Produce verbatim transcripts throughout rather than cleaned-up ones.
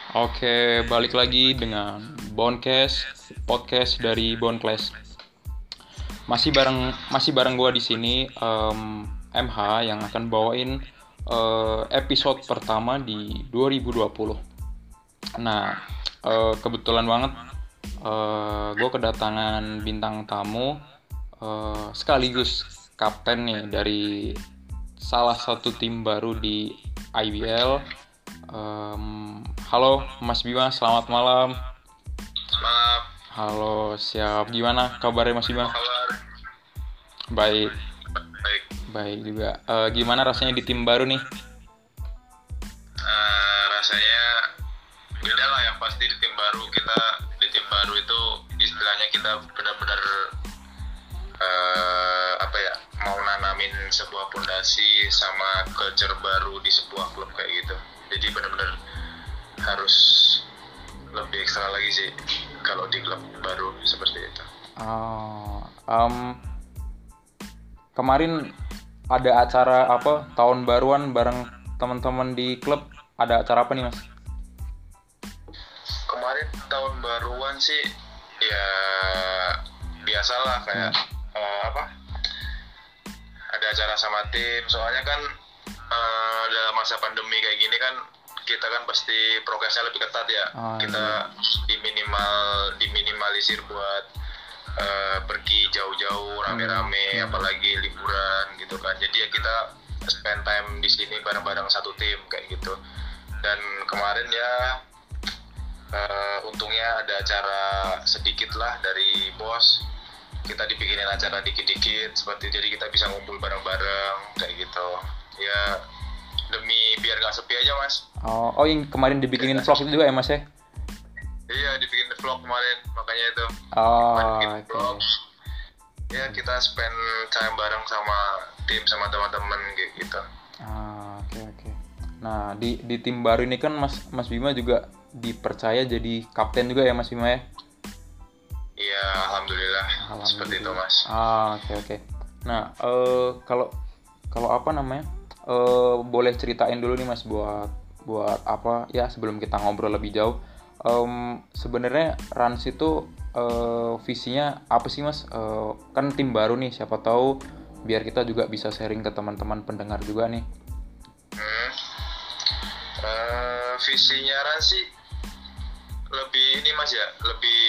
Oke, balik lagi dengan Bondcast, podcast dari Bondclass. Masih bareng masih bareng gua di sini em, M H yang akan bawain eh, episode pertama di dua ribu dua puluh. Nah, eh, kebetulan banget eh gue kedatangan bintang tamu eh, sekaligus kapten nih dari salah satu tim baru di I B L. Em, halo Mas Bima, selamat malam. Malam, Halo, siap. Gimana kabarnya Mas Bima? apa kabar? Baik, Baik. baik juga. Eh, gimana rasanya di tim baru nih? Eh, rasanya beda lah yang pasti di tim baru kita di tim baru itu istilahnya kita benar-benar eh, apa ya mau nanamin sebuah pondasi sama culture baru di sebuah klub kayak gitu. Jadi benar-benar harus lebih ekstra lagi sih kalau di klub baru seperti itu. Oh, em, kemarin ada acara apa tahun baruan bareng teman-teman di klub. Ada acara apa nih Mas? Kemarin tahun baruan sih ya biasalah kayak eh, apa ada acara sama tim soalnya kan eh, dalam masa pandemi kayak gini kan kita kan pasti prokesnya lebih ketat ya. Ah, Kita diminimal diminimalisir buat eh, pergi jauh-jauh rame-rame apalagi liburan gitu kan. Jadi ya kita spend time di sini bareng-bareng satu tim kayak gitu. Dan kemarin ya eh, untungnya ada acara sedikit lah dari bos. Kita dibikinin acara dikit-dikit seperti jadi kita bisa ngumpul bareng-bareng kayak gitu ya demi biar nggak sepi aja mas. Oh, oh yang kemarin dibikinin vlog itu juga ya Mas ya? Iya dibikin vlog kemarin makanya itu Oh, kemarin bikin oke. vlog ya kita spend time bareng sama tim sama teman-teman kayak gitu. Ah, oke oke. Nah, di di tim baru ini kan Mas Mas Bima juga dipercaya jadi kapten juga ya Mas Bima ya? Iya alhamdulillah, seperti itu mas. Ah, oke oke. Nah, eh kalau kalau apa namanya? Eh boleh ceritain dulu nih Mas buat buat apa ya sebelum kita ngobrol lebih jauh. Em, sebenarnya Rans itu eh, visinya apa sih Mas? Eh, kan tim baru nih, siapa tahu biar kita juga bisa sharing ke teman-teman pendengar juga nih. Hmm. Eh, visinya Ran sih lebih ini mas ya lebih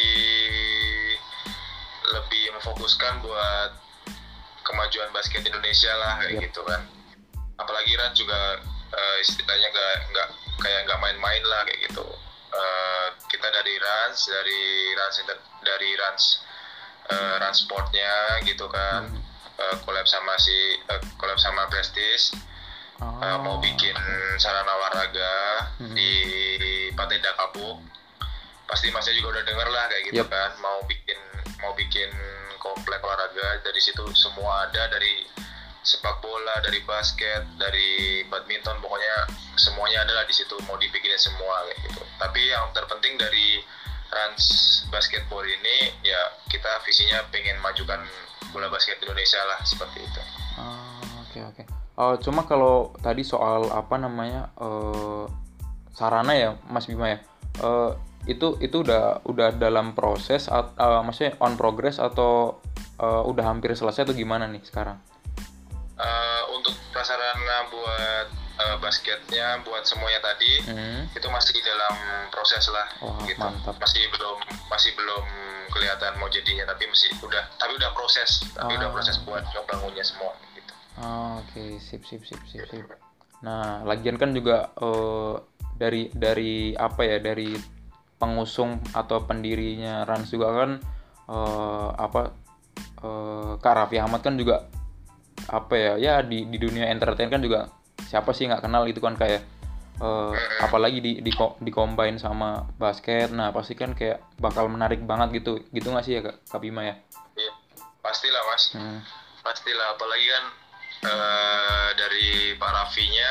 lebih memfokuskan buat kemajuan basket Indonesia lah kayak Yep. gitu kan. Apalagi Ran juga eh, istilahnya nggak nggak kayak nggak main-main lah kayak gitu. Eh, kita dari Rans dari Rans Inter- dari Rans eh, Rans Sportnya gitu kan. Eh, collab sama si eh, collab sama Prestige. Eh, mau Oh, bikin sarana olahraga di Patenda Kapuk. Pasti masnya juga udah denger lah kayak gitu Yep. kan. Mau bikin mau bikin komplek olahraga dari situ semua ada dari sepak bola, dari basket, dari badminton, pokoknya semuanya adalah di situ mau dibikinin semua kayak gitu. Tapi yang terpenting dari Rans Basketball ini ya kita visinya pengen majukan bola basket Indonesia lah seperti itu. Ah, oke oke. Eh, cuma kalau tadi soal apa namanya eh, sarana ya Mas Bima ya, Eh, itu itu udah udah dalam proses, at- eh, maksudnya on progress atau eh, udah hampir selesai atau gimana nih sekarang? Eh, untuk prasarana buat eh, basketnya buat semuanya tadi Hmm. itu masih dalam proses lah. Wah, Gitu mantap. masih belum masih belum kelihatan mau jadinya tapi masih udah tapi udah proses tapi udah Ah. proses buat ngebangunnya semua gitu. Ah, oke, sip sip sip sip sip. Nah, lagian kan juga eh, dari dari apa ya dari pengusung atau pendirinya Rans juga kan eh, apa eh, Kak Raffi Ahmad kan juga apa ya ya di di dunia entertain kan juga siapa sih nggak kenal gitu kan kayak eh, apalagi di di ko- di combine sama basket. Nah, pasti kan kayak bakal menarik banget gitu. Gitu nggak sih ya Kak, Kak Bima ya? Iya, pastilah mas. Hmm. Pastilah apalagi kan eh, dari Pak Raffinya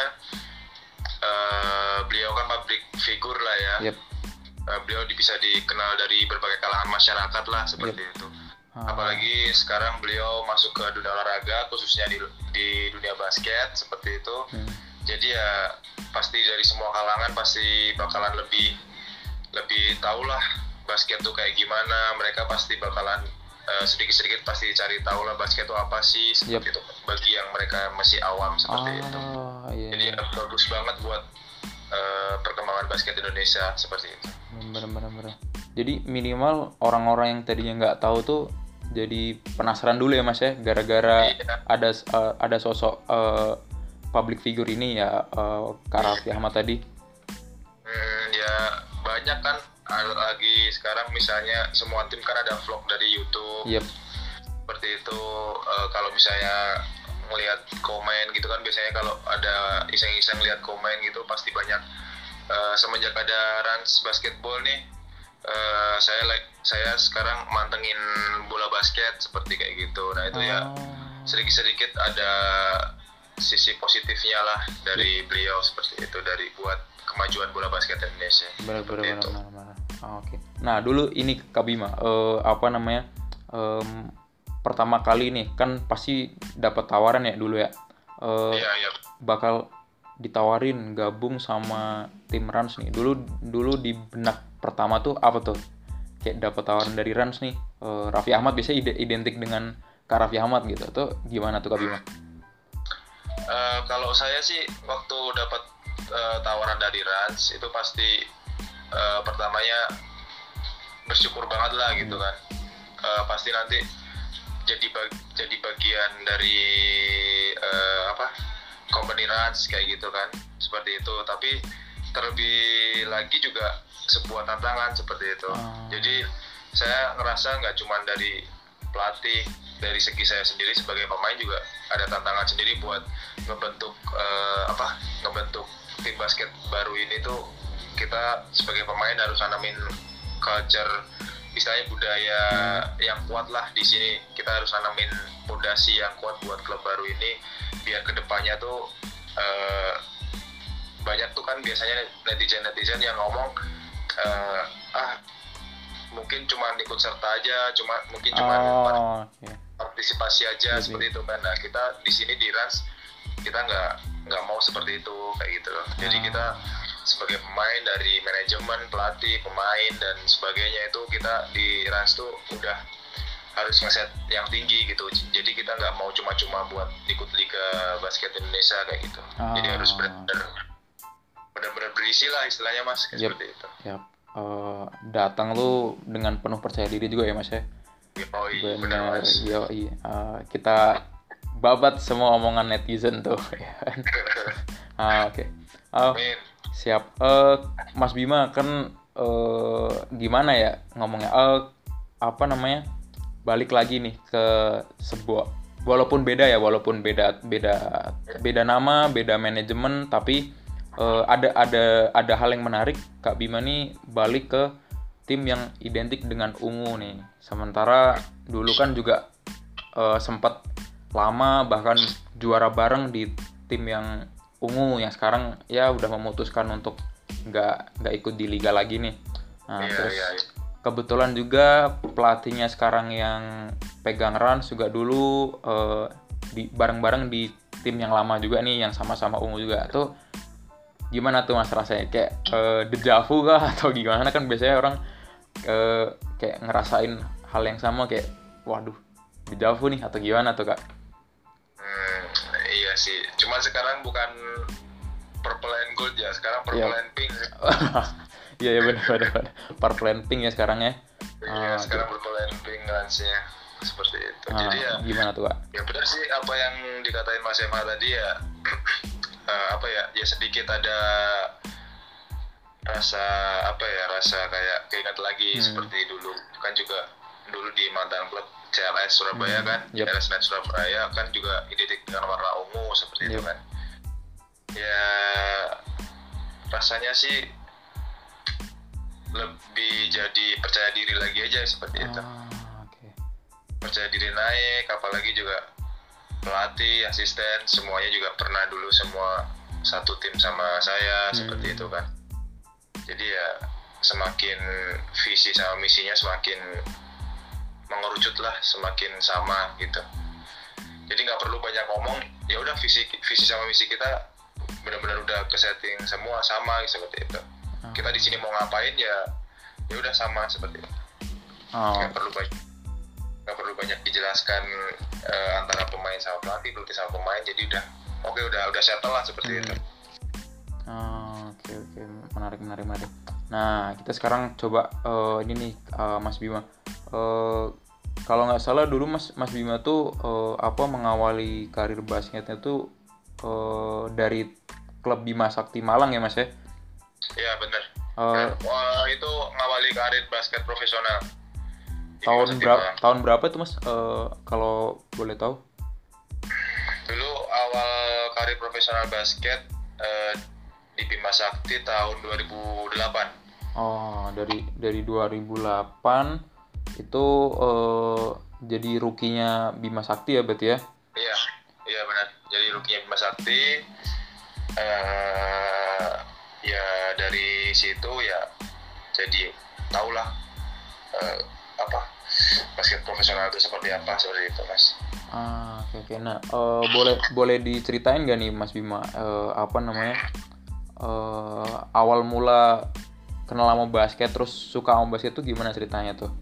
eh, beliau kan public figure lah ya. Yep. Eh, beliau bisa dikenal dari berbagai kalangan masyarakat lah seperti itu. Ah. Apalagi sekarang beliau masuk ke dunia olahraga khususnya di di dunia basket seperti itu. Hmm. Jadi ya pasti dari semua kalangan pasti bakalan lebih lebih tahu lah basket tuh kayak gimana. Mereka pasti bakalan uh, sedikit-sedikit pasti cari tahu lah basket tuh apa sih seperti Yep. itu bagi yang mereka masih awam seperti Ah, itu. iya. Jadi ya, bagus banget buat uh, perkembangan basket Indonesia seperti itu. Bener-bener. Jadi minimal orang-orang yang tadinya nggak tahu tuh jadi penasaran dulu ya Mas ya, gara-gara Iya. ada uh, ada sosok uh, public figure ini ya, uh, Kak Raffi Ahmad tadi. Hmm, ya banyak kan ada lagi sekarang misalnya semua tim kan ada vlog dari YouTube. Yep. Seperti itu. Uh, kalau misalnya melihat komen gitu kan biasanya kalau ada iseng-iseng lihat komen gitu pasti banyak. Uh, semenjak ada Rans Basketball nih, uh, saya like saya sekarang mantengin bola basket seperti kayak gitu. Nah itu ya Oh. sedikit-sedikit ada sisi positifnya lah dari beliau seperti itu, dari buat kemajuan bola basket Indonesia. Benar Seperti benar itu. benar benar. Oh, oke. Nah, dulu ini Kak Bima, eh, apa namanya? em, pertama kali nih kan pasti dapat tawaran ya dulu ya. Eh, Iya, iya. bakal ditawarin gabung sama tim Rans nih. Dulu dulu di benak pertama tuh apa tuh? Kayak dapat tawaran dari Rans nih. Eh, Raffi Ahmad biasanya ide- identik dengan Kak Raffi Ahmad gitu. Tuh gimana tuh Kak Bima? Eh, kalau saya sih waktu dapat eh, tawaran dari Rans itu pasti eh, pertamanya bersyukur banget lah gitu kan. Eh, pasti nanti jadi bag- jadi bagian dari eh, apa company Rans kayak gitu kan, seperti itu. Tapi terlebih lagi juga sebuah tantangan seperti itu. Oh. Jadi saya ngerasa nggak cuma dari pelatih, dari segi saya sendiri sebagai pemain juga ada tantangan sendiri buat ngebentuk eh, apa ngebentuk tim basket baru ini tuh. Kita sebagai pemain harus nanamin culture, istilahnya budaya yang kuat lah di sini. Kita harus nanamin fondasi yang kuat buat klub baru ini biar kedepannya tuh eh, banyak tuh kan biasanya netizen-netizen yang ngomong eh, ah mungkin cuma ikut serta aja, cuma mungkin cuma Oh, oke. partisipasi aja Jadi- seperti itu kan. Nah kita di sini di Rans kita nggak nggak mau seperti itu kayak gitu loh. Jadi Ah. kita sebagai pemain dari manajemen, pelatih, pemain dan sebagainya itu kita di Rans tuh udah harus ngeset yang tinggi gitu. Jadi kita nggak mau cuma-cuma buat ikut Liga Basket Indonesia kayak gitu. Jadi Ah. harus benar-benar benar-benar berisi lah istilahnya Mas kayak Yep. seperti itu. Yap. Eh, datang lu dengan penuh percaya diri juga ya Mas ya. Oh iya benar Benar, Mas. yo kita babat semua omongan netizen tuh. Ya kan? Ah, oke. Ah, Amin. siap. Eh, Mas Bima kan eh, gimana ya ngomongnya? Eh, apa namanya? Balik lagi nih ke sebuah, walaupun beda ya, walaupun beda beda beda nama, beda manajemen, tapi eh, ada ada ada hal yang menarik. Kak Bima nih balik ke tim yang identik dengan ungu nih. Sementara dulu kan juga eh, sempat lama bahkan juara bareng di tim yang ungu, yang sekarang ya udah memutuskan untuk nggak nggak ikut di liga lagi nih. Nah, Iya, terus iya, iya. kebetulan juga pelatihnya sekarang yang pegang Rans juga dulu eh, di bareng-bareng di tim yang lama juga nih, yang sama-sama ungu juga. Tuh gimana tuh Mas rasanya? Kayak eh, dejavu kah atau gimana? Kan biasanya orang eh, kayak ngerasain hal yang sama, kayak waduh dejavu nih atau gimana tuh Kak? Hmm, iya sih. Cuman sekarang bukan purple and gold ya, sekarang purple Iya. and pink. Iya ya benar benar benar. Purple and pink ya sekarang ya. Iya, Ah, sekarang purple and pink Ransnya seperti itu. Ah, Jadi ya, gimana tuh Kak? ya benar sih apa yang dikatain Mas Emma tadi ya. eh, apa ya? Ya sedikit ada rasa apa ya? Rasa kayak keinget lagi Hmm. seperti dulu. Kan juga dulu di mantan klub C L S Surabaya Hmm, kan, yep. C L S Net Surabaya kan juga identik dengan warna ungu seperti itu Yep. kan. Ya rasanya sih lebih jadi percaya diri lagi aja seperti itu. Ah, oke. Percaya diri naik, apalagi juga pelatih, asisten, semuanya juga pernah dulu semua satu tim sama saya Hmm. seperti itu kan. Jadi ya semakin visi sama misinya semakin mengerucut lah, semakin sama gitu. Jadi nggak perlu banyak ngomong, ya udah visi visi sama misi kita benar-benar udah ke setting semua sama seperti itu. kita di sini mau ngapain ya ya udah sama seperti itu. Oh. Nggak perlu banyak nggak perlu banyak dijelaskan uh, antara pemain sama pelatih, pelatih sama pemain, jadi udah oke okay, udah udah settle lah seperti hmm. itu. Oh, oke okay, oke okay. menarik menarik menarik. Nah kita sekarang coba uh, ini nih uh, Mas Bima. Uh, kalau nggak salah dulu Mas Mas Bima tuh uh, apa mengawali karir basketnya tuh uh, dari klub Bima Sakti Malang ya Mas ya? Iya benar. Uh, Dan, wah, itu ngawali karir basket profesional. Tahun berapa? Tahun berapa tuh Mas? Uh, kalau boleh tahu? Dulu awal karir profesional basket uh, di Bima Sakti tahun dua ribu delapan. Oh, dari dari dua ribu delapan itu uh, jadi rookie-nya Bima Sakti ya berarti ya? Iya, iya benar. Jadi rookie-nya Bima Sakti. Uh, ya dari situ ya jadi tahulah uh, apa basket profesional itu seperti apa seperti itu Mas. Ah oke okay, oke. Nah uh, boleh boleh diceritain gak nih Mas Bima uh, apa namanya uh, awal mula kenal sama basket terus suka sama basket tuh gimana ceritanya tuh?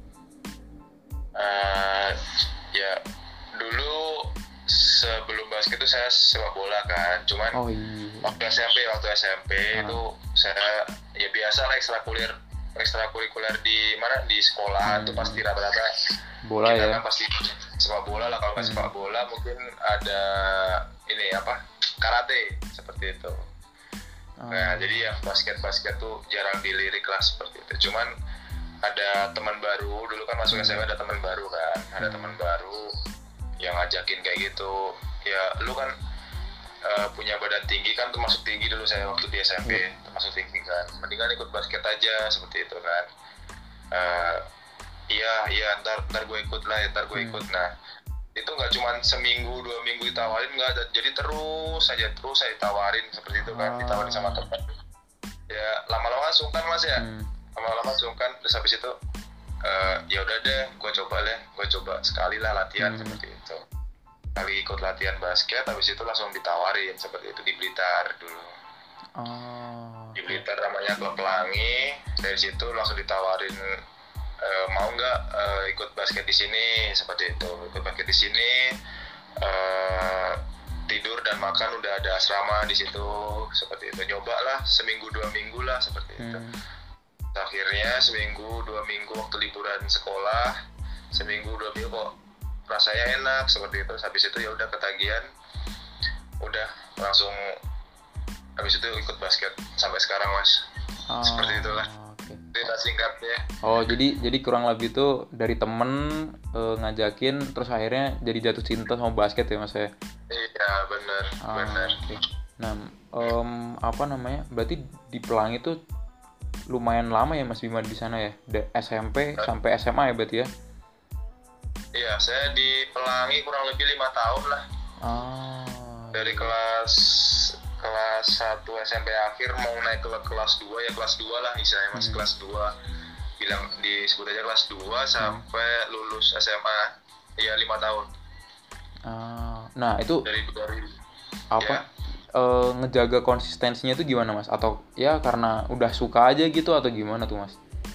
Uh, ya dulu sebelum basket itu saya sepak bola kan, cuman oh, iya. waktu S M P waktu S M P ah. itu saya ya biasa lah ekstrakurikuler ekstrakurikuler di mana di sekolah itu hmm. pasti rata-rata bola kita ya kan pasti sepak bola lah, kalau nggak hmm. sepak bola mungkin ada ini apa karate seperti itu. Hmm. Nah jadi yang basket-basket tuh jarang dilirik lah seperti itu, cuman ada teman baru dulu kan masuk S M P ada teman baru kan ada hmm. teman baru yang ngajakin kayak gitu ya lu kan uh, punya badan tinggi kan, termasuk tinggi dulu saya waktu di S M P hmm. termasuk tinggi kan, mendingan ikut basket aja seperti itu kan. Uh, iya iya ntar ntar gue ikut lah ntar gue ikut. Nah itu nggak cuma seminggu dua minggu ditawarin, nggak, jadi terus saja terus saya ditawarin seperti itu kan, ditawarin sama teman ya, lama-lama sungkan Mas ya hmm. lama-lama sungkan, terus habis itu uh, ya udah deh gue coba deh gue coba sekali lah latihan hmm. seperti itu, kali ikut latihan basket habis itu langsung ditawarin seperti itu di Blitar dulu. Oh. Di Blitar namanya Klub Pelangi, dari situ langsung ditawarin e, mau nggak e, ikut basket di sini seperti itu, ikut basket di sini e, tidur dan makan udah ada asrama di situ seperti itu, nyoba lah seminggu dua minggu lah seperti hmm. itu. Akhirnya seminggu dua minggu waktu liburan sekolah, seminggu dua minggu kok rasanya enak seperti itu, habis itu ya udah ketagihan, udah langsung habis itu ikut basket sampai sekarang Mas. Oh, seperti itulah okay. cerita singkatnya. Oh jadi jadi kurang lebih tuh dari temen e, ngajakin terus akhirnya jadi jatuh cinta sama basket ya Mas ya? Iya benar oh, benar. Okay. Nah um, apa namanya berarti di Pelangi tuh lumayan lama ya Mas Bima di sana ya, dari S M P nah. sampai S M A ya berarti ya? Iya saya di Pelangi kurang lebih lima tahun lah. Oh. Dari kelas kelas satu S M P akhir mau naik ke kelas dua ya kelas dua lah istilahnya Mas, hmm. kelas dua bilang disebut aja kelas dua sampai hmm. lulus S M A ya lima tahun. Uh, nah itu dari dua ribu apa ya. uh, ngejaga konsistensinya itu gimana Mas, atau ya karena udah suka aja gitu atau gimana tuh Mas?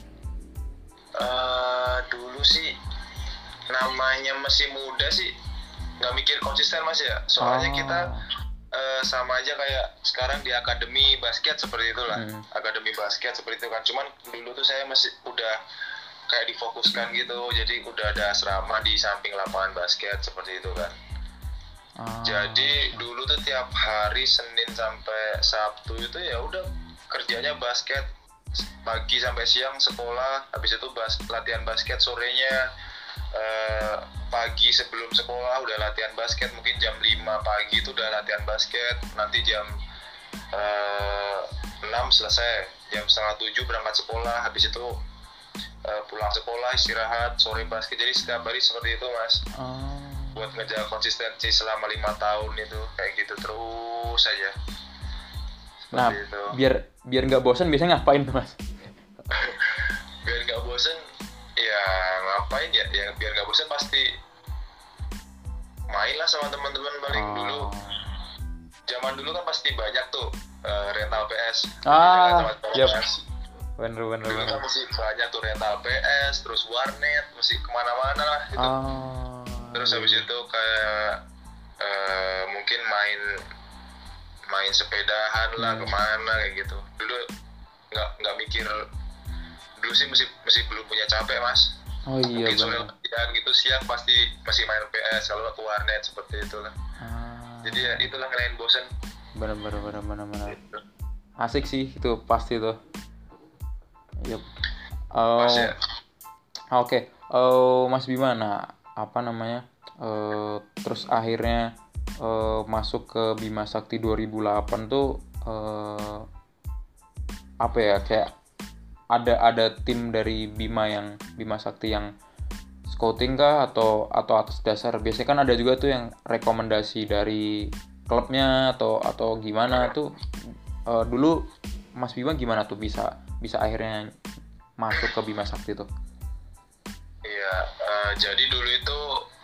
Uh, dulu sih namanya masih muda sih nggak mikir konsisten Mas ya, soalnya oh. kita Uh, sama aja kayak sekarang di akademi basket seperti itulah, hmm. akademi basket seperti itu kan, cuman dulu tuh saya masih udah kayak difokuskan gitu, jadi udah ada asrama di samping lapangan basket seperti itu kan. Oh. Jadi dulu tuh tiap hari Senin sampai Sabtu itu ya udah kerjanya basket, pagi sampai siang sekolah, habis itu bas- latihan basket sorenya. Uh, pagi sebelum sekolah udah latihan basket, mungkin jam lima pagi itu udah latihan basket, nanti jam uh, enam selesai, jam setengah tujuh berangkat sekolah, habis itu uh, pulang sekolah istirahat, sore basket, jadi setiap hari seperti itu Mas. Oh. Buat ngejaga konsistensi selama lima tahun itu kayak gitu terus saja. Nah itu. biar biar nggak bosan biasanya ngapain Mas? Biar nggak bosan ya ngapain ya, ya biar nggak bosan pasti main lah sama teman-teman paling. Oh. Dulu zaman dulu kan pasti banyak tuh uh, rental P S. Ah, yep. bener bener Dulu bener. kan mesti banyak tuh rental P S, terus warnet, mesti kemana-mana lah gitu. Ah, Terus habis itu kayak uh, mungkin main main sepedahan lah Hmm. kemana kayak gitu. Dulu nggak nggak mikir, dulu sih masih masih belum punya capek mas. oh iya Mungkin sore bener. latihan gitu, siang pasti masih main P S, kalau nggak ke warnet seperti itulah. Ah, Jadi ya itulah ngelain bosen bener bener bener bener bener. gitu. Asik sih itu pasti tuh. Yep. Oh, Mas ya. oke. Oh, Mas Bima, nah, apa namanya? Eh, terus akhirnya eh, masuk ke Bima Sakti dua ribu delapan tuh eh, apa ya? Kayak ada ada tim dari Bima yang Bima Sakti yang scouting kah atau atau atas dasar biasanya kan ada juga tuh yang rekomendasi dari klubnya atau atau gimana tuh. Eh, dulu Mas Bima gimana tuh bisa bisa akhirnya masuk ke Bima Sakti tuh? Iya, eh, jadi dulu itu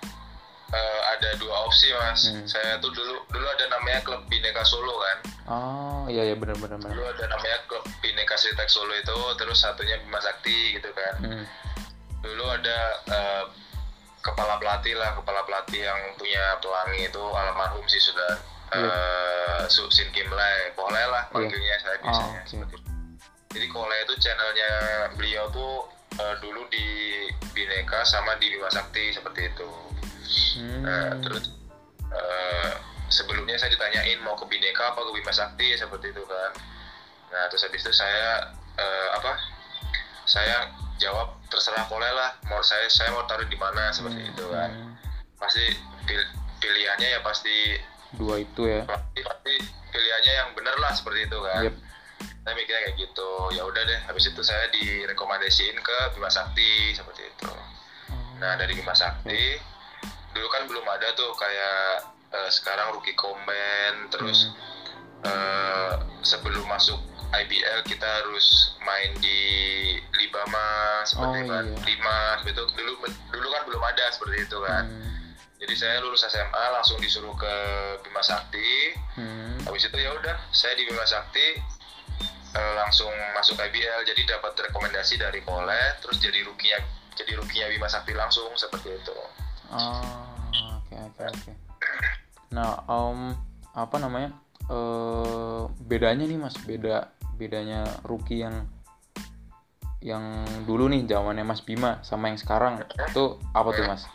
eh, ada dua opsi mas. Hmm. Saya tuh dulu dulu ada namanya klub Bhinneka Solo kan. Oh iya iya benar benar benar. Dulu ada namanya klub Bhinneka Sritek Solo itu, terus satunya Bima Sakti gitu kan. Hmm. Dulu ada eh, kepala pelatih lah, kepala pelatih yang punya pelangi itu almarhum sih sudah. Iya. Uh, Sin Kim Lai, Kole lah panggilnya saya Oh, biasanya. oke. Seperti itu. Jadi Kole itu channelnya beliau tuh uh, dulu di Bhinneka sama di Bima Sakti seperti itu. Hmm. Nah, terus uh, sebelumnya saya ditanyain mau ke Bhinneka apa ke Bima Sakti seperti itu kan. Nah terus habis itu saya uh, apa? Saya jawab terserah Kole lah. Mau saya saya mau taruh di mana seperti Hmm. itu kan. Pasti pil- pilihannya ya pasti Dua itu ya. pasti, pasti pilihannya yang bener lah seperti itu kan. Yep. Saya mikirnya kayak gitu. Ya udah deh. Habis itu saya direkomendasiin ke Bima Sakti seperti itu. Nah dari Bima Sakti dulu kan belum ada tuh kayak uh, sekarang rookie combine, terus Hmm. uh, sebelum masuk I B L kita harus main di Libama seperti Oh, kan, iya. lima itu dulu dulu kan belum ada seperti itu kan. Hmm. Jadi saya lulus S M A langsung disuruh ke Bima Sakti. Hmm. Habis itu ya udah saya di Bima Sakti uh, langsung masuk I B L, jadi dapat rekomendasi dari Kole, terus jadi rookie-nya jadi rookie-nya Bima Sakti langsung seperti itu. Oh, oke oke oke. Nah, um, apa namanya? Eh, bedanya nih Mas, beda bedanya rookie yang yang dulu nih zamannya Mas Bima sama yang sekarang tuh apa tuh Mas?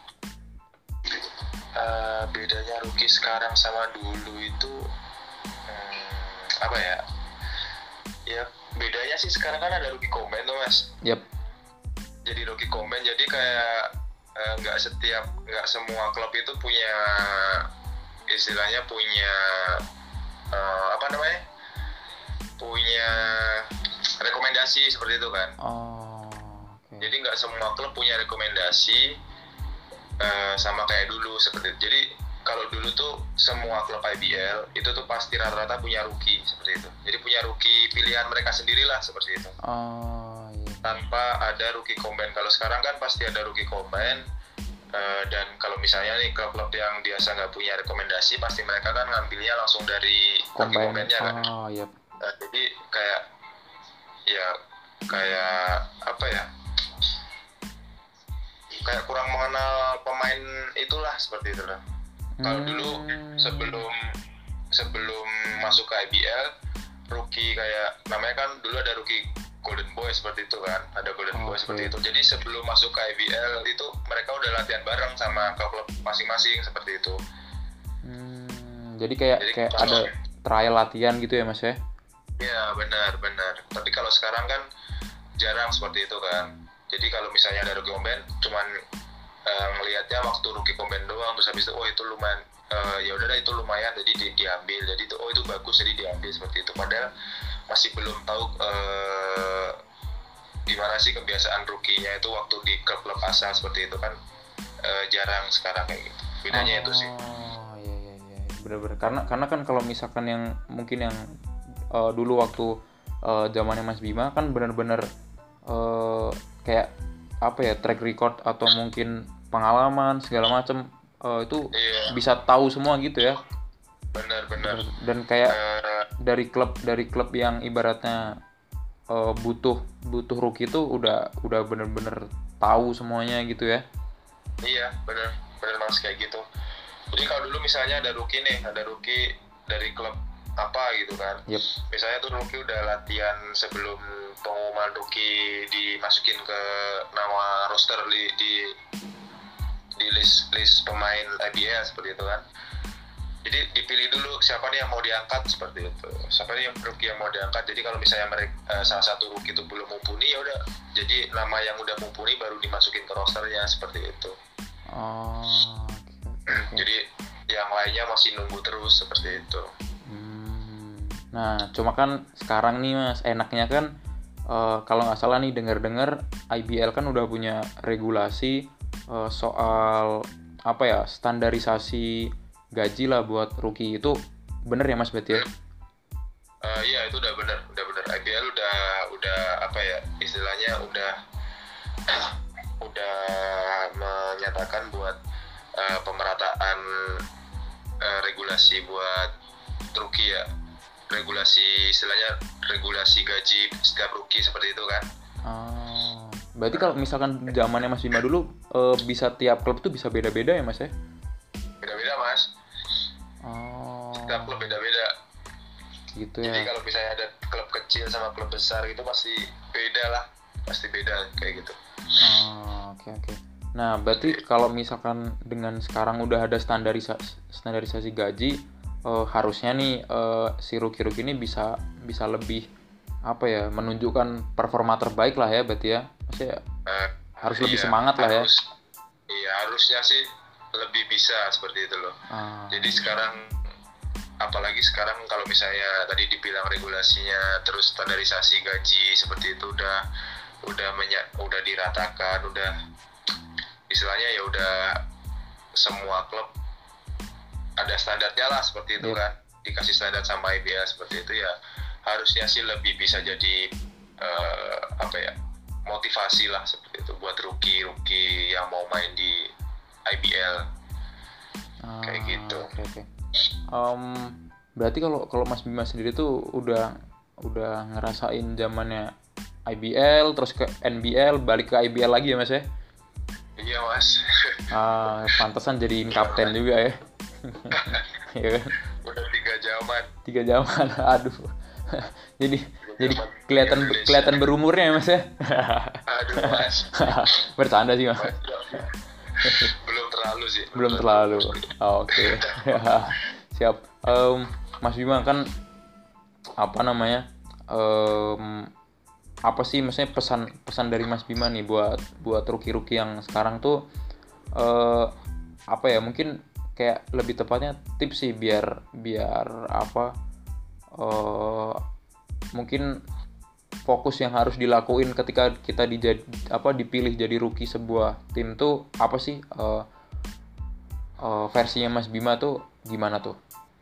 Uh, bedanya rookie sekarang sama dulu itu hmm, apa ya? Ya bedanya sih sekarang kan ada rookie combine tuh mas. Yap. Jadi rookie combine jadi kayak nggak uh, setiap nggak semua klub itu punya istilahnya punya uh, apa namanya? Punya rekomendasi seperti itu kan. Oh, oke. Jadi nggak semua klub punya rekomendasi uh, sama kayak dulu seperti itu. Jadi kalau dulu tuh semua klub I B L itu tuh pasti rata-rata punya rookie seperti itu. Jadi punya rookie pilihan mereka sendirilah seperti itu. Oh, iya. Tanpa ada rookie combine. Kalau sekarang kan pasti ada rookie combine. Uh, dan kalau misalnya nih klub-klub yang biasa nggak punya rekomendasi, pasti mereka kan ngambilnya langsung dari rookie Combine. combine-nya kan. Oh, iya. Uh, jadi kayak ya kayak apa ya? Kayak kurang mengenal pemain itulah seperti itu lah. Kalau dulu sebelum sebelum masuk ke I B L, rookie kayak namanya kan dulu ada rookie Golden Boy seperti itu kan, ada Golden Boy Okay. seperti itu. Jadi sebelum masuk ke I B L itu mereka udah latihan bareng sama klub masing-masing seperti itu. Hmm, jadi kayak Jadi kayak kalau- ada trial latihan gitu ya Mas ya? Ya benar benar. Tapi kalau sekarang kan jarang seperti itu kan. Jadi kalau misalnya ada rookie combine, cuman uh, ngelihatnya waktu rookie combine doang, terus habis itu oh itu lumayan, uh, ya udah itu lumayan, jadi di, diambil. Jadi itu oh itu bagus, jadi diambil seperti itu. Padahal masih belum tahu uh, gimana sih kebiasaan rookie-nya itu waktu di klub-klub asal seperti itu kan, uh, jarang sekarang kayak gitu. Bedanya oh, itu sih. Oh iya iya iya benar-benar karena karena kan kalau misalkan yang mungkin yang uh, dulu waktu uh, zamannya Mas Bima kan benar-benar uh, kayak apa ya track record atau mungkin pengalaman segala macam uh, itu Iya. bisa tahu semua gitu ya. Benar benar. Dan kayak Uh, dari klub dari klub yang ibaratnya uh, butuh butuh rookie tuh udah udah bener-bener tahu semuanya gitu ya. Iya, bener bener mas kayak gitu. Jadi kalau dulu misalnya ada rookie nih, ada rookie dari klub apa gitu kan. Yep. Misalnya tuh rookie udah latihan sebelum pengumuman rookie dimasukin ke nama roster di di, di list list pemain I B L seperti itu kan. Jadi dipilih dulu siapa nih yang mau diangkat seperti itu. Siapa nih yang rookie yang mau diangkat. Jadi kalau misalnya mereka uh, salah satu rookie itu belum mumpuni ya udah. Jadi nama yang udah mumpuni baru dimasukin ke rosternya seperti itu. Oh, okay, okay. Jadi yang lainnya masih nunggu terus seperti itu. Hmm. Nah, cuma kan sekarang nih mas, enaknya kan uh, kalau nggak salah nih dengar-dengar I B L kan udah punya regulasi uh, soal apa ya standarisasi gaji lah buat rookie. Itu bener ya mas berarti ya? Uh, iya itu udah bener, udah bener. I B L udah udah apa ya istilahnya udah udah menyatakan buat uh, pemerataan uh, regulasi buat rookie ya, regulasi istilahnya regulasi gaji setiap rookie seperti itu kan. Oh, berarti kalau misalkan zamannya Mas Bima dulu uh, bisa tiap klub tuh bisa beda-beda ya mas ya? Beda-beda mas. Oh. Setiap klub beda-beda. Gitu ya. Jadi ya. kalau misalnya ada klub kecil sama klub besar gitu pasti beda lah, pasti beda kayak gitu. Oh, oke okay, oke. Okay. Nah, berarti kalau misalkan dengan sekarang udah ada standarisasi standarisasi gaji, uh, harusnya nih uh, si rookie-rookie ini bisa bisa lebih apa ya, menunjukkan performa terbaik lah ya berarti ya. Maksudnya uh, harus iya, lebih semangat lah harus, ya. Iya, harusnya sih lebih bisa seperti itu loh. Ah. Jadi sekarang apalagi sekarang kalau misalnya tadi dibilang regulasinya terus standarisasi gaji seperti itu udah udah menya, udah diratakan, udah istilahnya ya udah semua klub ada standarnya lah seperti itu yep. Kan dikasih standar sama I B L seperti itu ya harusnya sih lebih bisa jadi uh, apa ya motivasi lah seperti itu buat rookie rookie yang mau main di I B L ah, kayak gitu. Okay, okay. Um, berarti kalau kalau Mas Bima sendiri tuh udah udah ngerasain zamannya I B L terus ke N B L balik ke I B L lagi ya mas ya? Iya mas. Ah, pantesan jadiin kapten juga ya. Iya kan? Udah tiga zaman. Tiga zaman, aduh. jadi tiga jadi kelihatan kelihatan berumurnya ya mas ya? Aduh mas. Bercanda sih mas. Belum terlalu sih. Belum, Belum terlalu. terlalu. Oh, oke. Okay. Siap. Um, Mas Bima kan apa namanya? Um, apa sih maksudnya pesan pesan dari Mas Bima nih buat buat rookie-rookie yang sekarang tuh uh, apa ya mungkin kayak lebih tepatnya tips sih biar biar apa uh, mungkin fokus yang harus dilakuin ketika kita dijad, apa dipilih jadi rookie sebuah tim tuh apa sih uh, uh, versinya Mas Bima tuh gimana tuh?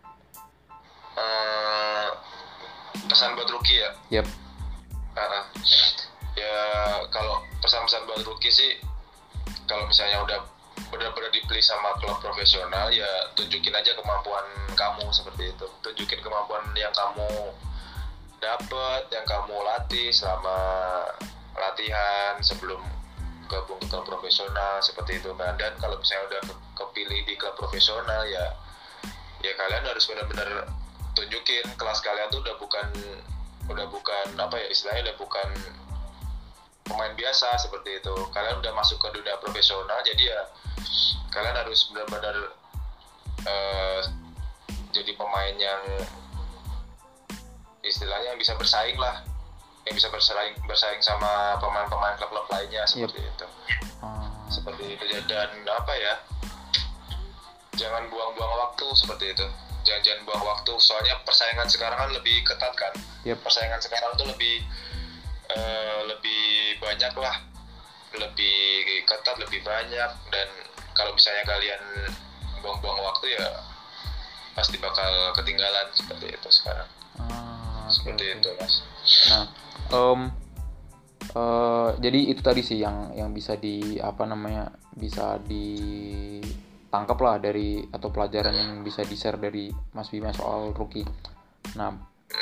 Uh, pesan buat rookie ya? Yep. Uh, ya kalau pesan-pesan buat rookie sih kalau misalnya udah benar-benar dipilih sama klub profesional ya tunjukin aja kemampuan kamu seperti itu, tunjukin kemampuan yang kamu dapat yang kamu latih selama latihan sebelum gabung ke klub profesional seperti itu kan. Dan kalau misalnya udah kepilih di klub profesional ya ya kalian harus benar-benar tunjukin kelas kalian tuh udah bukan udah bukan apa ya istilahnya udah bukan pemain biasa seperti itu. Kalian udah masuk ke dunia profesional jadi ya kalian harus benar-benar uh, jadi pemain yang istilahnya yang bisa bersaing lah, yang bisa bersaing bersaing sama pemain-pemain klub-klub lainnya seperti yep. itu. Hmm. Seperti itu dan apa ya? Jangan buang-buang waktu seperti itu. Jangan jangan buang waktu. Soalnya persaingan sekarang kan lebih ketat kan. Yep. Persaingan sekarang tuh lebih uh, lebih banyak lah, lebih ketat, lebih banyak dan kalau misalnya kalian buang-buang waktu ya pasti bakal ketinggalan seperti itu sekarang. Hmm. Seperti okay, itu mas. Nah, um, uh, jadi itu tadi sih yang yang bisa di apa namanya bisa ditangkap lah dari atau pelajaran yang bisa di share dari Mas Bima soal rookie. Nah,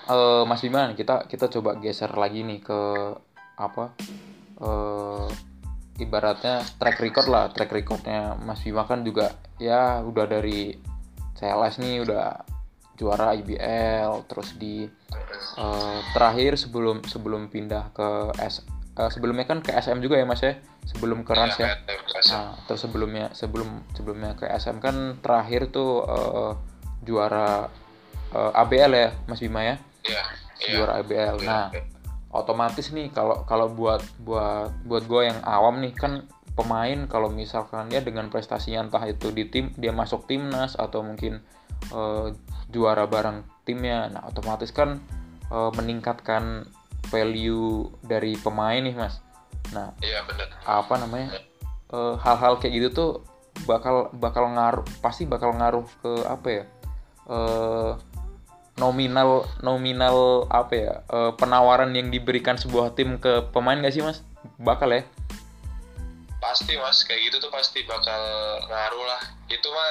eh, Mas Bima, kita kita coba geser lagi nih ke apa? eh Ibaratnya track record lah, track recordnya Mas Bima kan juga ya udah dari C L S nih, udah juara I B L, terus di eh, terakhir sebelum sebelum pindah ke S eh, sebelumnya kan ke S M juga ya Mas ya, sebelum ke Rans ya. Nah, terus sebelumnya sebelum sebelumnya ke S M kan terakhir tuh eh, juara eh, A B L ya Mas Bima ya, Iya, iya. juara A B L. Nah, otomatis nih kalau kalau buat buat buat gue yang awam nih kan, pemain kalau misalkan dia dengan prestasinya entah itu di tim dia masuk timnas atau mungkin eh, juara bareng timnya, nah otomatis kan eh, meningkatkan value dari pemain nih Mas. Nah, Iya benar. apa namanya, eh, hal-hal kayak gitu tuh bakal bakal ngaruh, pasti bakal ngaruh ke apa ya, eh, nominal nominal apa ya, eh, penawaran yang diberikan sebuah tim ke pemain gak sih Mas? Bakal ya? Pasti mas, kayak gitu tuh pasti bakal ngaruh lah. Itu mah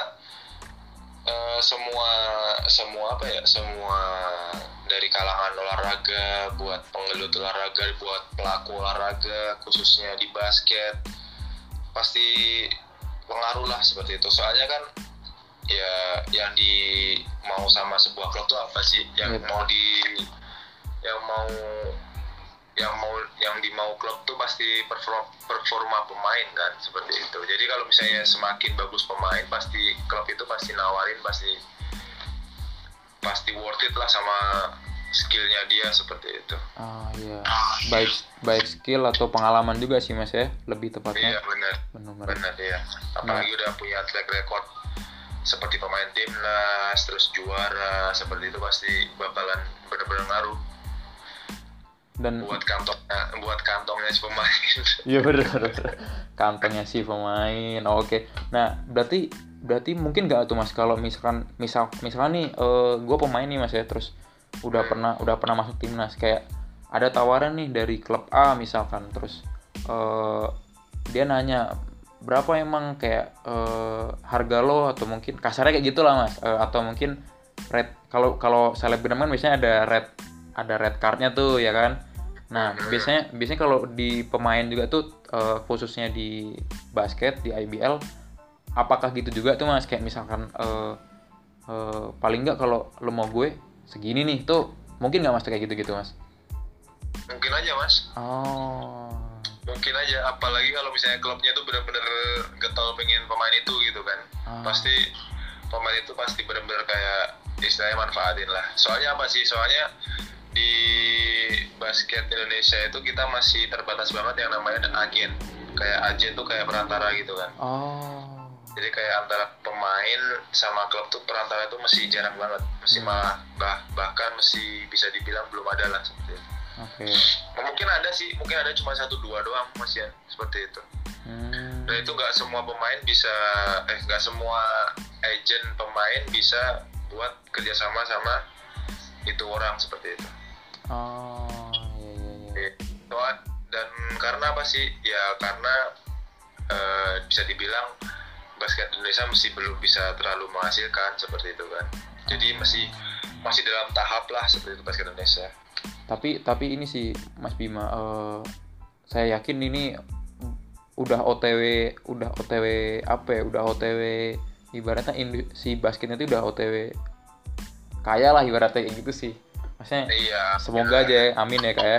eh, semua semua apa ya, semua dari kalangan olahraga, buat penggelut olahraga, buat pelaku olahraga khususnya di basket, pasti pengaruh lah seperti itu. Soalnya kan ya yang di mau sama sebuah klub tuh apa sih, yang Yep. mau di yang mau yang mau yang di mau klub tuh pasti performa, performa pemain kan, seperti itu. Jadi kalau misalnya semakin bagus pemain, pasti klub itu pasti nawarin, pasti pasti worth it lah sama skillnya dia, seperti itu. Ah iya, baik baik skill atau pengalaman juga sih Mas ya, lebih Iya tepatnya. benar, Benar. benar ya. Apalagi udah punya track record seperti pemain timnas, terus juara, seperti itu pasti bakalan benar-benar ngaruh Dan buat kantongnya, buat kantongnya si pemain. iya benar, kantongnya si pemain. Oh, oke. Nah, berarti berarti mungkin gak tuh Mas kalau misalkan misal misalkan nih eh, gue pemain nih Mas ya, terus udah pernah udah pernah masuk timnas, kayak ada tawaran nih dari klub A misalkan, terus eh, dia nanya berapa emang kayak eh, harga lo, atau mungkin kasarnya kayak gitulah Mas. Eh, atau mungkin red, kalau kalau selebgram kan biasanya ada red ada red cardnya tuh ya kan. Nah biasanya biasanya kalau di pemain juga tuh eh, khususnya di basket di I B L, apakah gitu juga tuh Mas, kayak misalkan eh, eh, paling nggak kalau lo mau gue segini nih tuh, mungkin nggak Mas tuh kayak gitu-gitu Mas? Mungkin aja mas, Oh mungkin aja. Apalagi kalau misalnya klubnya tuh benar-benar getol pengen pemain itu gitu kan, Ah. pasti pemain itu pasti benar-benar kayak istilahnya manfaatin lah. Soalnya apa sih, soalnya di basket Indonesia itu kita masih terbatas banget yang namanya agen. Kayak agen tuh kayak perantara gitu kan. oh Jadi kayak antara pemain sama klub tuh perantara itu masih jarang banget, masih malah bah, bahkan masih bisa dibilang belum ada lah seperti itu. oke. Mungkin ada sih, mungkin ada cuma satu dua doang mas ya, seperti itu. Hmm. Dan itu nggak semua pemain bisa, eh nggak semua agent pemain bisa buat kerjasama sama itu orang, seperti itu. Oh iya iya iya. Soal- Dan karena apa sih? Ya karena eh, bisa dibilang basket Indonesia masih belum bisa terlalu menghasilkan, seperti itu kan. Jadi masih masih dalam tahap lah seperti itu basket Indonesia. Tapi tapi ini sih Mas Bima, eh, saya yakin ini udah O T W udah O T W apa ya, udah O T W ibaratnya indu- si basketnya itu udah O T W kaya lah ibaratnya kayak gitu sih. Maksudnya Iya. semoga aja ya, amin ya kak ya.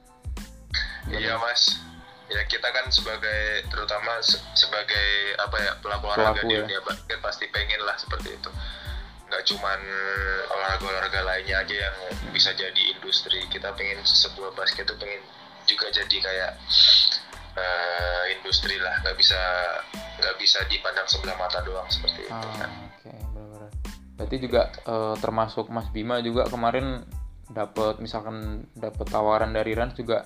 Iya mas. Ya kita kan sebagai, terutama se- sebagai apa ya, pelaku olahraga Pelaku di ya. dunia basket pasti pengen lah seperti itu. Nggak cuman olahraga-olahraga lainnya aja yang bisa jadi industri. Kita pengen sebuah basket itu pengen juga jadi kayak eh, industri lah. Nggak bisa nggak bisa dipandang sebelah mata doang seperti itu Ah, kan. oke benar-benar. Berarti juga eh, termasuk Mas Bima juga kemarin dapat misalkan dapat tawaran dari Rans juga,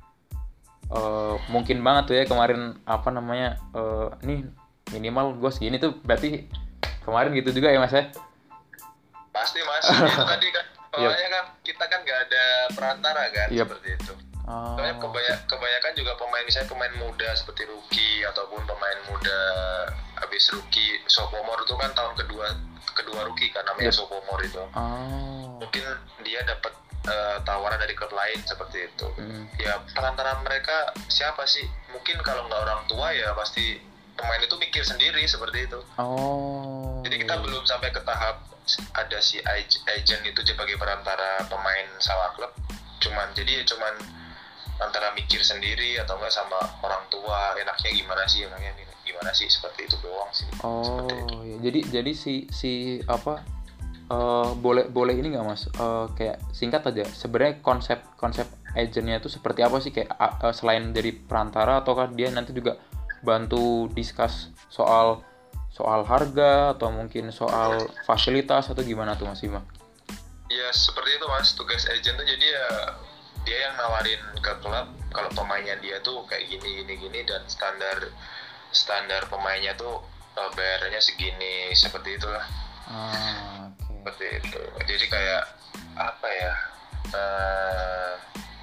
eh, mungkin banget tuh ya kemarin apa namanya, eh, nih minimal gue segini tuh, berarti kemarin gitu juga ya Mas ya? Pasti mas. Itu tadi kan. Soalnya kan kita kan nggak ada perantara kan, Yep. seperti itu. Oh, Soalnya kebanya- kebanyakan juga pemain, misalnya pemain muda seperti rookie ataupun pemain muda habis rookie, sophomore itu kan tahun kedua kedua rookie kan namanya Yep. sophomore itu. oh, Mungkin dia dapat uh, tawaran dari klub lain seperti itu. Hmm. Ya perantara mereka siapa sih? Mungkin kalau nggak orang tua ya pasti pemain itu mikir sendiri seperti itu. Oh. Jadi kita belum sampai ke tahap ada si agent itu sebagai perantara pemain sama klub. Cuman jadi ya cuman antara mikir sendiri atau enggak sama orang tua enaknya gimana sih enaknya gimana sih seperti itu doang sih. Oh ya. Jadi jadi si si apa uh, boleh boleh ini nggak mas uh, kayak singkat aja sebenarnya konsep konsep agentnya itu seperti apa sih kayak uh, selain dari perantara ataukah dia nanti juga bantu discuss soal soal harga atau mungkin soal fasilitas atau gimana tuh Mas Bima? Ya seperti itu mas, tugas agent tuh jadi ya dia yang nawarin ke klub kalau pemainnya dia tuh kayak gini gini gini dan standar standar pemainnya tuh uh, bayarannya segini seperti itulah. Ah, okay. Seperti itu. Jadi kayak apa ya? Uh,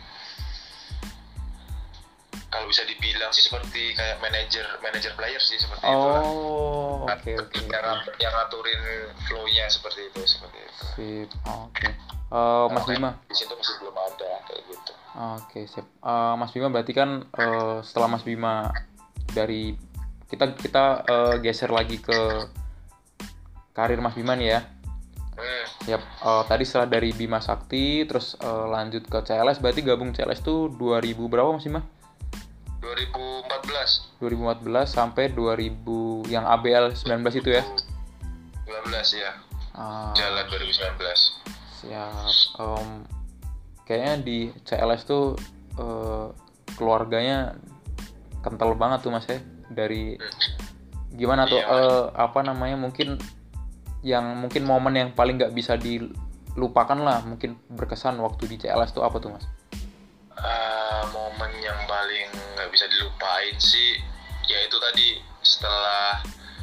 kalau bisa dibilang sih seperti kayak manajer manajer player sih seperti oh, itu. Oh, oke oke. Yang yang ngaturin flow-nya seperti itu seperti itu. Sip. Oke. Okay. Uh, Mas Bima. Di situ masih belum ada kayak gitu. Oke, okay, sip. Uh, Mas Bima berarti kan uh, setelah Mas Bima dari kita kita uh, geser lagi ke karir Mas Bima nih ya. Hmm. Yap, uh, tadi setelah dari Bima Sakti terus uh, lanjut ke C L S, berarti gabung C L S tuh dua ribu berapa Mas Bima? dua ribu empat belas dua ribu empat belas sampai dua ribu yang A B L sembilan belas itu ya? sembilan belas ya. Ah, Jalan dua ribu sembilan belas. Siap. Um, kayaknya di C L S tuh uh, keluarganya kental banget tuh Mas ya. Dari gimana tuh iya, uh, apa namanya mungkin yang mungkin momen yang paling nggak bisa dilupakan lah, mungkin berkesan waktu di C L S tuh apa tuh Mas? Uh, momen yang paling nggak bisa dilupain sih ya itu tadi setelah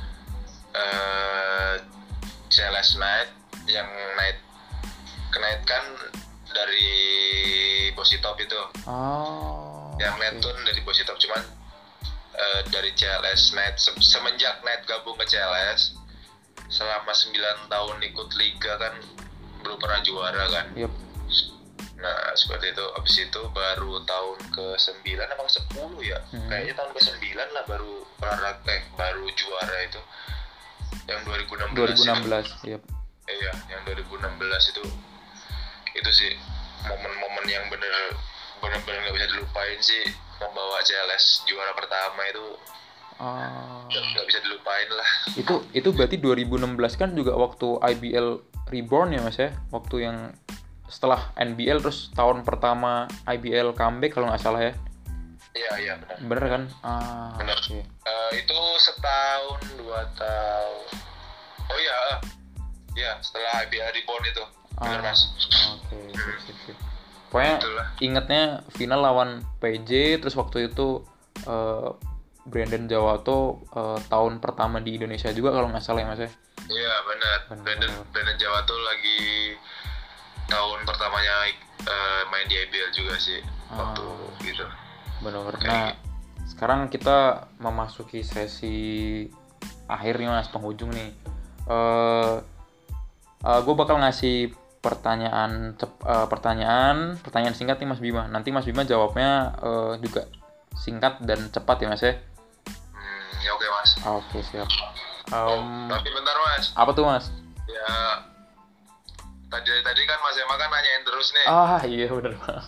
uh, C L S night yang night night kan dari Bositop itu. Oh, yang okay. night tuh dari Bositop cuman uh, dari C L S night se- semenjak night gabung ke C L S selama sembilan tahun ikut liga kan belum pernah juara kan. Yep. Nah seperti itu, abis itu baru tahun ke sembilan apa ke sepuluh ya, hmm. kayaknya tahun ke sembilan lah baru olahraga, eh baru juara itu yang dua ribu enam belas dua ribu enam belas itu. Yep. Iya, yang dua ribu enam belas itu itu sih momen-momen yang bener bener-bener nggak bisa dilupain sih, membawa C L S juara pertama itu oh. nggak bisa dilupain lah. Itu itu berarti dua ribu enam belas kan juga waktu I B L Reborn ya Mas ya, waktu yang setelah N B L terus tahun pertama I B L comeback kalau nggak salah ya. Iya iya benar. Bener kan? Ah, benar. Okay. Uh, itu setahun dua tahun. Oh iya, uh, ya setelah I B L Reborn itu. Benar ah, mas. Oke. Okay. Sip, sip. Pokoknya itulah. Ingetnya final lawan P J terus waktu itu uh, Brandon Jawato uh, tahun pertama di Indonesia juga kalau nggak salah ya mas ya. Iya benar. Brandon Brandon Jawato lagi tahun pertamanya uh, main di I B L juga sih ah. waktu gitu. Benar. Nah, sekarang kita memasuki sesi akhir nih mas, penghujung nih. Uh, uh, gue bakal ngasih pertanyaan cep, uh, pertanyaan pertanyaan singkat nih Mas Bima. Nanti Mas Bima jawabnya uh, juga singkat dan cepat ya mas ya. Hmm, ya oke mas. Oke okay, siap. Um, oh, tapi bentar mas. Apa tuh mas? Ya tadi tadi kan Mas Emma kan nanyain terus nih. Ah iya benar banget.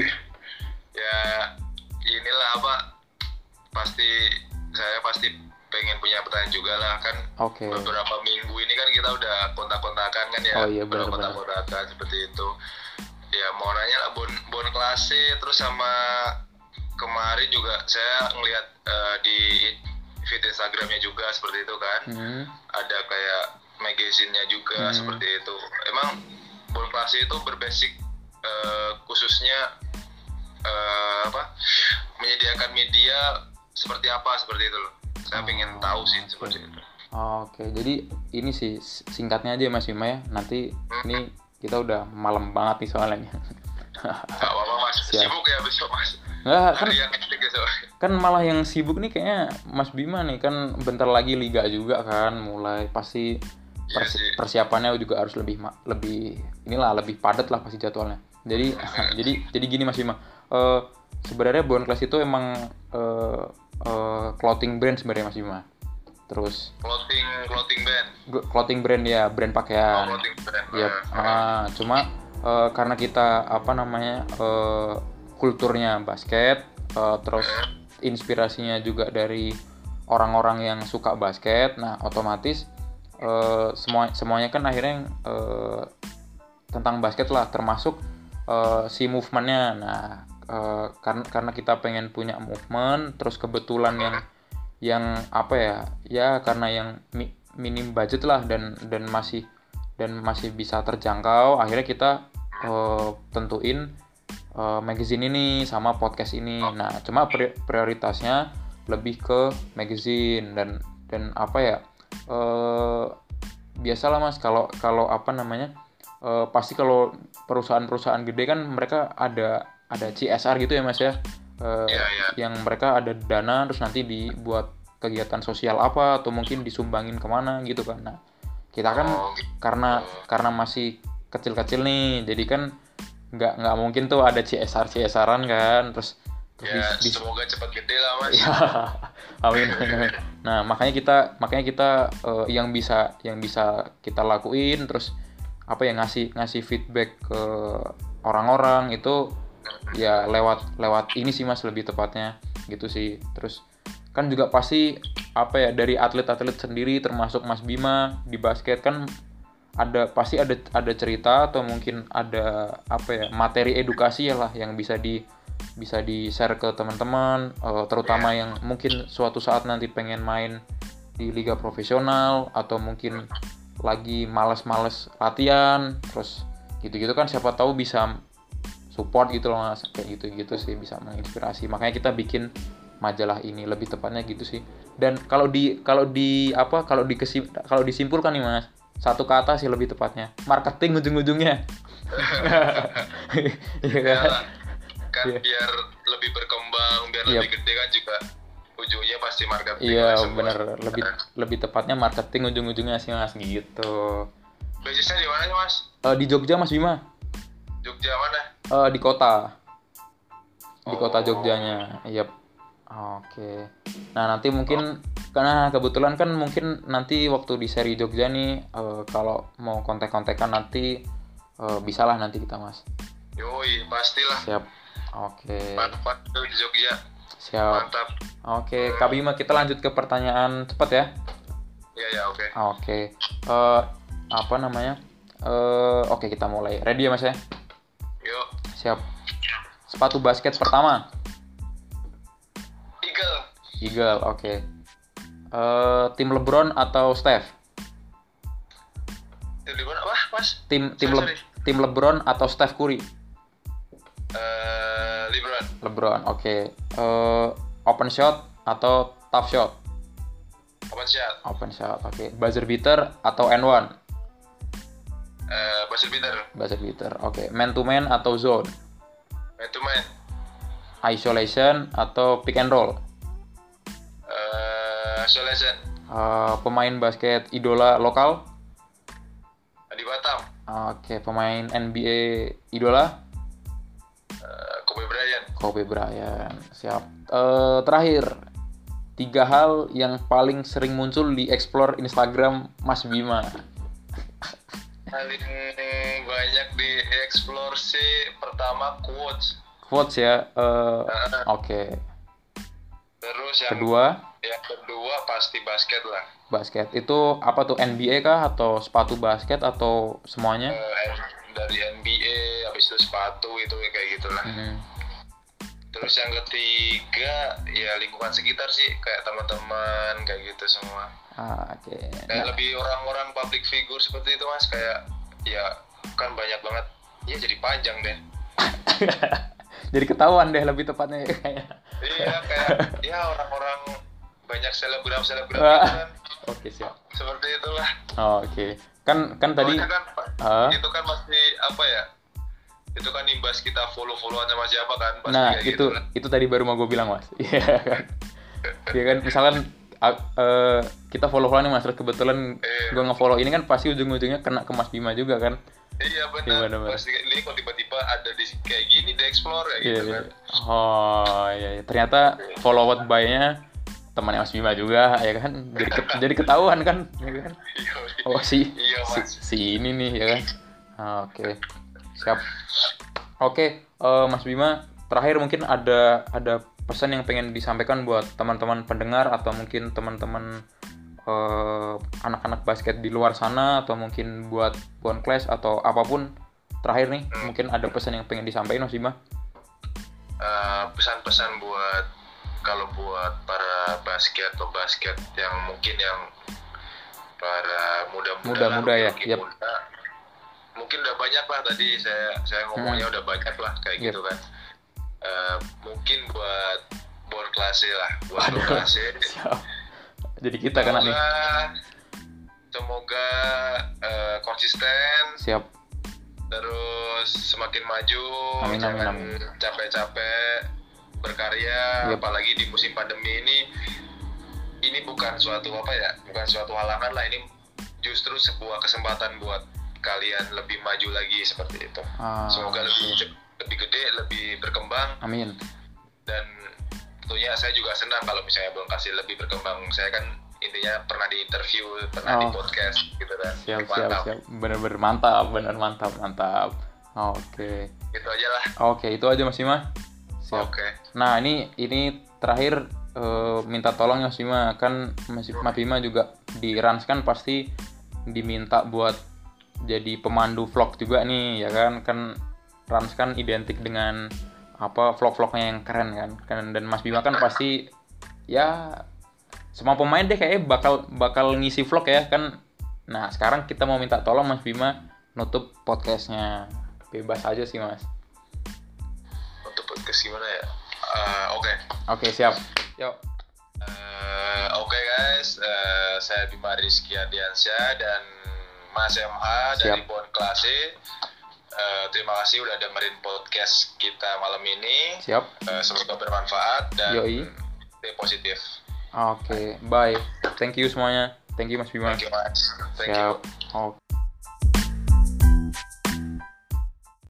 Ya inilah apa pasti saya pasti pengen punya pertanyaan juga lah kan. Oke. Okay. Beberapa minggu ini kan kita udah kontak-kontakan kan ya. Oh iya benar benar. Kontak-kontakan seperti itu. Ya mau nanya lah bon bon klase terus sama kemarin juga saya ngelihat uh, di feed Instagramnya juga seperti itu kan. Hmm. Ada kayak magazine-nya juga hmm. seperti itu. Emang bon klase itu berbasic uh, khususnya uh, apa menyediakan media seperti apa seperti itu loh. Saya oh, pengen tahu sih okay. seperti itu. Oh, Oke, okay. Jadi ini sih singkatnya aja Mas Bima ya. Nanti hmm. ini kita udah malam banget nih soalnya. Gak apa-apa Mas, Siap. Sibuk ya besok Mas. Nggak, kan, yang kan malah yang sibuk nih kayaknya Mas Bima nih, kan bentar lagi liga juga kan mulai, pasti persi- persiapannya juga harus lebih lebih inilah lebih padat lah pasti jadwalnya. Jadi jadi jadi gini Mas Bima. Eh sebenarnya Bond Class itu emang eh eh, clothing brand sebenarnya Mas Bima. Terus Clothing clothing band. Gu- clothing brand ya, brand Oh, pakaian. clothing brand. Yep. Ah, Ah, cuma eh, karena kita apa namanya eh, kulturnya basket, eh, terus inspirasinya juga dari orang-orang yang suka basket. Nah, otomatis eh, semua semuanya kan akhirnya eh, tentang basket lah, termasuk eh, si movementnya. Nah, eh, karena karena kita pengen punya movement, terus kebetulan yang yang apa ya ya karena yang mi- minim budget lah dan dan masih dan masih bisa terjangkau, akhirnya kita eh, tentuin eh, magazine ini sama podcast ini. Nah, cuma pri- prioritasnya lebih ke magazine dan dan apa ya eh biasalah Mas, kalau kalau apa namanya eh, pasti kalau perusahaan-perusahaan gede kan mereka ada ada C S R gitu ya Mas ya. Eh, Iya, iya. yang mereka ada dana terus nanti dibuat kegiatan sosial apa atau mungkin disumbangin kemana gitu kan. Nah, kita kan Oh, gitu. karena karena masih kecil-kecil nih, jadi kan nggak nggak mungkin tuh ada C S R C S R-an kan, terus terus Ya, di, di- semoga cepat gede lah, Mas. ya amin, amin, amin. Nah, makanya kita makanya kita eh, yang bisa yang bisa kita lakuin terus apa ya ngasih ngasih feedback ke orang-orang itu ya lewat lewat ini sih Mas, lebih tepatnya gitu sih. Terus kan juga pasti apa ya dari atlet-atlet sendiri termasuk Mas Bima di basket kan ada pasti ada ada cerita atau mungkin ada apa ya materi edukasi ya lah yang bisa di bisa di share ke teman-teman eh, terutama yang mungkin suatu saat nanti pengen main di liga profesional atau mungkin lagi males-males latihan terus gitu-gitu kan, siapa tahu bisa support gitu loh Mas, kayak gitu-gitu sih bisa menginspirasi. Makanya kita bikin majalah ini, lebih tepatnya gitu sih. Dan kalau di kalau di apa kalau dikesim kalau disimpulkan nih Mas, satu kata sih lebih tepatnya, marketing ujung-ujungnya. Iya Ya, kan? kan Iya. biar lebih berkembang, biar Yap. lebih gede kan juga ujungnya pasti marketing. Iya lah semua. bener, lebih lebih tepatnya marketing ujung-ujungnya sih Mas gitu. Basisnya di mana sih, Mas? Eh, di Jogja Mas Bima. Jogja mana? Eh, di kota. Di kota Oh. Jogjanya. Yap. Oke. Nah, nanti mungkin karena kebetulan kan mungkin nanti waktu di seri Jogja nih eh, kalau mau kontak-kontakan nanti eh, bisalah nanti kita Mas. Yoi, pastilah. Siap. Oke. Mantap tuh di Jogja. Siap. Mantap. Oke, Kak Bima, kita lanjut ke pertanyaan cepat ya. Iya, ya, oke. Oke. Eh apa namanya? Eh oke, kita mulai. Ready ya Mas ya? Yuk, Siap. Sepatu basket pertama. Eagle. Eagle, oke. Eh tim LeBron atau Steph? Itu di mana? Wah, Mas. Tim tim Sorry, Le- tim LeBron atau Steph Curry? Eh, LeBron. LeBron, oke. Eh open shot atau tough shot? Open shot. Open shot, oke. Buzzer beater atau and one? Eh, buzzer beater. Buzzer beater, oke. Man to man atau zone? Man to man. Isolation atau pick and roll? Eh, isolation. Eh, pemain basket idola lokal? Di Batam. Oke, pemain N B A idola? Eh, Kobe Bryant. Kobe Bryant, siap. Eh, terakhir, tiga hal yang paling sering muncul di explore Instagram Mas Bima. Paling banyak di explore sih pertama quotes. Quotes ya. eh, Nah, Oke. terus yang Kedua, yang kedua pasti basket lah. basket. Itu apa tuh, N B A kah atau sepatu basket atau semuanya? Eh, dari N B A, habis itu sepatu itu kayak gitulah. Hmm. Terus yang ketiga ya lingkungan sekitar sih, kayak teman-teman kayak gitu semua. Ah, oke. Kayak Nah, lebih orang-orang public figure seperti itu Mas, kayak ya kan banyak banget. Ya jadi panjang deh. jadi ketahuan deh lebih tepatnya kayak. Iya, kayak ya orang-orang banyak selebgram-selebgram Wah. gitu kan. Oke, siap. Seperti itulah. Oh, oke. Kan kan tadi Soalnya kan Ah. itu kan pasti apa ya? Itu kan imbas kita follow-followan sama siapa kan pasti nah kayak itu gitu kan. itu tadi baru mau gue bilang Mas. Iya kan. Iya kan, misalkan a- eh, kita follow follow nih Mas, terus kebetulan Iya. gue nge-follow ini kan pasti ujung-ujungnya kena ke Mas Bima juga kan. Iya benar. Pasti ini kok tiba-tiba ada di kayak gini di explore kayak iya, gitu iya. kan. Oh iya, iya. Ternyata followed by-nya temannya Mas Bima juga ya kan, jadi ket, jadi ketahuan kan, ya kan? Oh si, iya, si si ini nih ya kan. Oke okay. Siap. Oke okay. uh, Mas Bima, terakhir mungkin ada ada pesan yang pengen disampaikan buat teman-teman pendengar atau mungkin teman-teman uh, anak-anak basket di luar sana atau mungkin buat Bond Class atau apapun. Terakhir nih hmm. mungkin ada pesan yang pengen disampaikan Mas Bima. Uh, pesan-pesan buat kalau buat para basket atau basket yang mungkin yang para muda-muda muda-muda ya, yep. muda, mungkin udah banyak lah tadi saya saya ngomongnya hmm. udah banyak lah kayak yep. gitu kan. Uh, mungkin buat Bond Class lah, buat Bond Class. Jadi kita kena nih. Semoga uh, konsisten. Siap. Terus semakin maju, amin, jangan amin, amin. capek-capek berkarya, yep. apalagi di musim pandemi ini. Ini bukan suatu apa ya, bukan suatu halangan lah, ini justru sebuah kesempatan buat kalian lebih maju lagi seperti itu. Ah, semoga lebih lebih gede, lebih berkembang. Amin. Dan tentunya saya juga senang kalau misalnya Bang kasih lebih berkembang. Saya kan intinya pernah di interview, pernah oh. di podcast gitu kan. Siap, mantap. siap, siap. Bener-bener mantap, bener mantap, mantap. Oke. Okay. Itu aja lah. Oke, okay, itu aja Mas Bima. Siap. Oke. Okay. Nah, ini ini terakhir uh, minta tolong ya Mas Bima, kan Mas, Mas Bima juga di Rans kan pasti diminta buat jadi pemandu vlog juga nih, ya kan? Kan Rans kan identik dengan apa vlog-vlognya yang keren kan. Kan dan Mas Bima kan pasti ya semua pemain deh kayaknya bakal bakal ngisi vlog ya kan. Nah sekarang kita mau minta tolong Mas Bima nutup podcastnya. Bebas aja sih Mas. Nutup podcast gimana ya? Uh, Oke. Okay. Oke okay, siap. Yuk. Uh, Oke okay guys, uh, saya Bima Rizky Ardiansyah dan Mas M H dari Bond Class. Uh, terima kasih udah dengerin podcast kita malam ini. Siap. Uh, semoga bermanfaat dan Yoi. stay positif. Oke, okay, bye. Thank you semuanya. Thank you Mas Bima. Thank you Mas. Thank Siap. you. Oke. Okay.